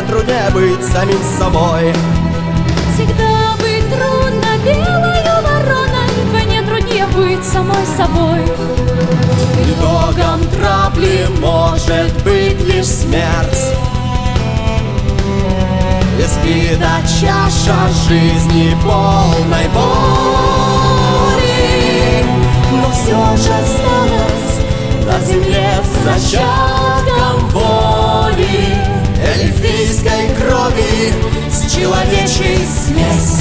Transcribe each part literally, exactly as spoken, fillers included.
труднее быть самим собой. Всегда быть трудно белою вороной, вдвойне труднее быть самой собой. Итогом тропли может быть лишь смерть. Испита чаша жизни полной боли, но все же осталось на земле зачатком воли, эльфийской крови с человечей смесь.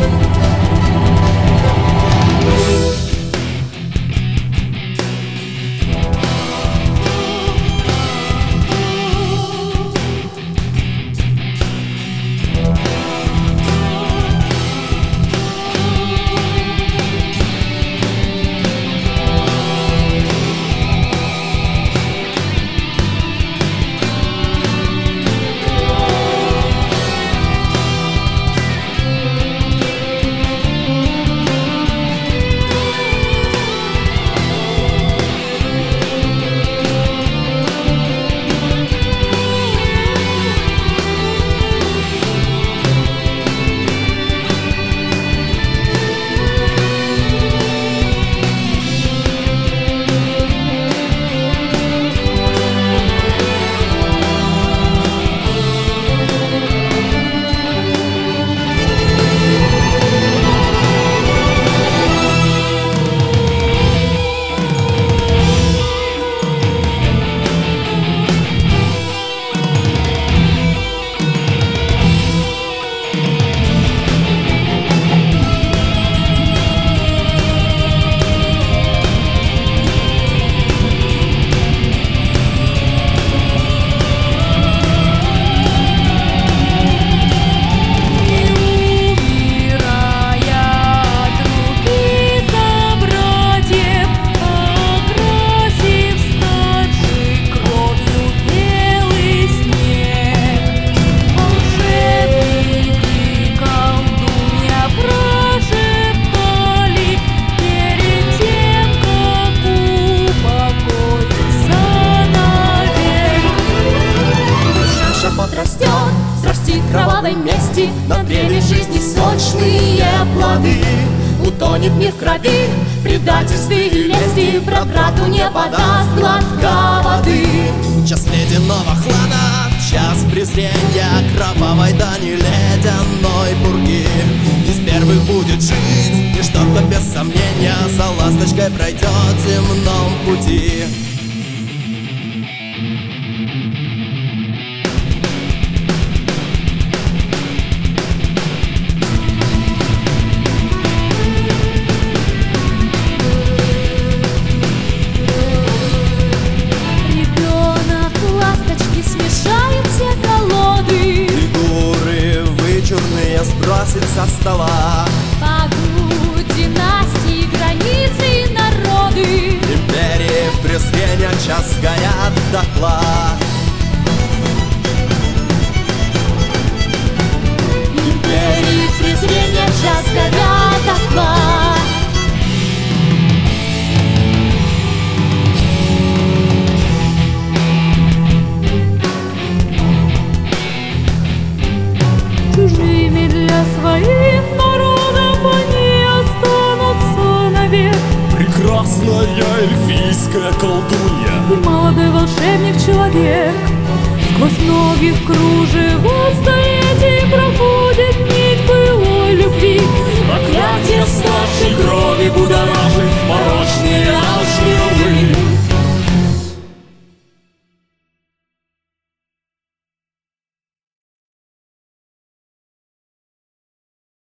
Кровавой мести на древе жизни сочные плоды. Утонет мир в крови, предательстве и лести, Прократу не подаст глотка воды. Час ледяного хлада, час презрения, кровавой дани ледяной пурги. Из первых будет жить, и что-то без сомнения за ласточкой пройдет в земном пути. Сбросит со стола погуб династии, границы и народы. Империи в презрении час горят дотла. Империи в презрении час горят дотла. Чужими для своих народов они останутся навек. Прекрасная эльфийская колдунья И молодой волшебник-человек сквозь многих кружев